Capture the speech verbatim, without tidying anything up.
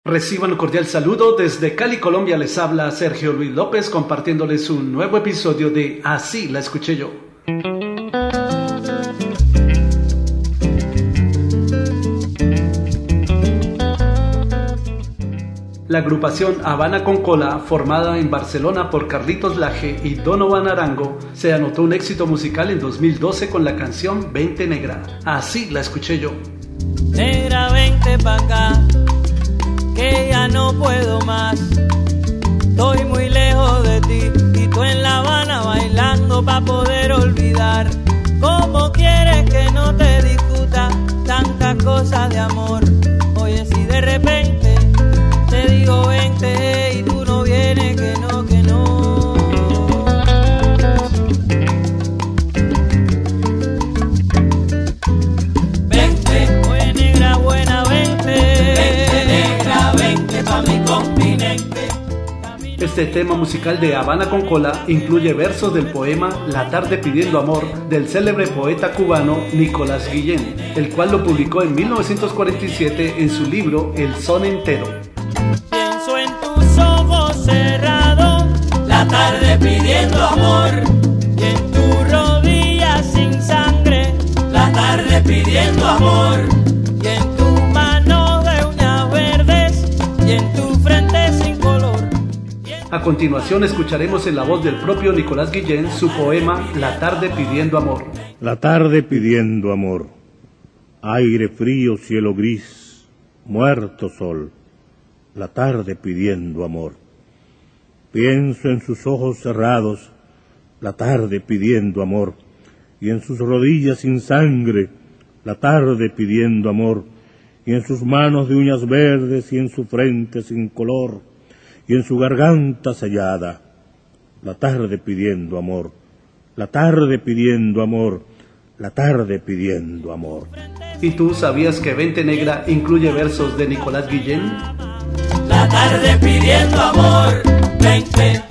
Reciban un cordial saludo desde Cali, Colombia. Les habla Sergio Luis López compartiéndoles un nuevo episodio de Así la escuché yo. La agrupación Habana con Cola, formada en Barcelona por Carlitos Laje y Donovan Arango, se anotó un éxito musical en dos mil doce con la canción Vente Negra. Así la escuché yo. Negra, vente pa' acá, que ya no puedo más. Estoy muy lejos de ti y tú en La Habana bailando pa' poder olvidar. ¿Cómo quieres que no te discuta tantas cosas de amor? Oye, si de repente te digo vente y tú no vienes, que no, que no. Vente, oye negra buena, vente. Vente negra, vente pa' mi continente. Este tema musical de Habana con Cola incluye versos del poema La tarde pidiendo amor del célebre poeta cubano Nicolás Guillén, el cual lo publicó en mil novecientos cuarenta y siete en su libro El Son Entero. Pienso en tus ojos cerrados, la tarde pidiendo amor, y en tus rodillas sin sangre, la tarde pidiendo amor, y en tus manos de uñas verdes, y en tu frente sin color. A continuación escucharemos en la voz del propio Nicolás Guillén su poema La tarde pidiendo amor. La tarde pidiendo amor, aire frío, cielo gris, muerto sol. La tarde pidiendo amor. Pienso en sus ojos cerrados, la tarde pidiendo amor, y en sus rodillas sin sangre, la tarde pidiendo amor, y en sus manos de uñas verdes y en su frente sin color, y en su garganta sellada, la tarde pidiendo amor, la tarde pidiendo amor, la tarde pidiendo amor. ¿Y tú sabías que Vente Negra incluye versos de Nicolás Guillén? La tarde pidiendo amor, vente.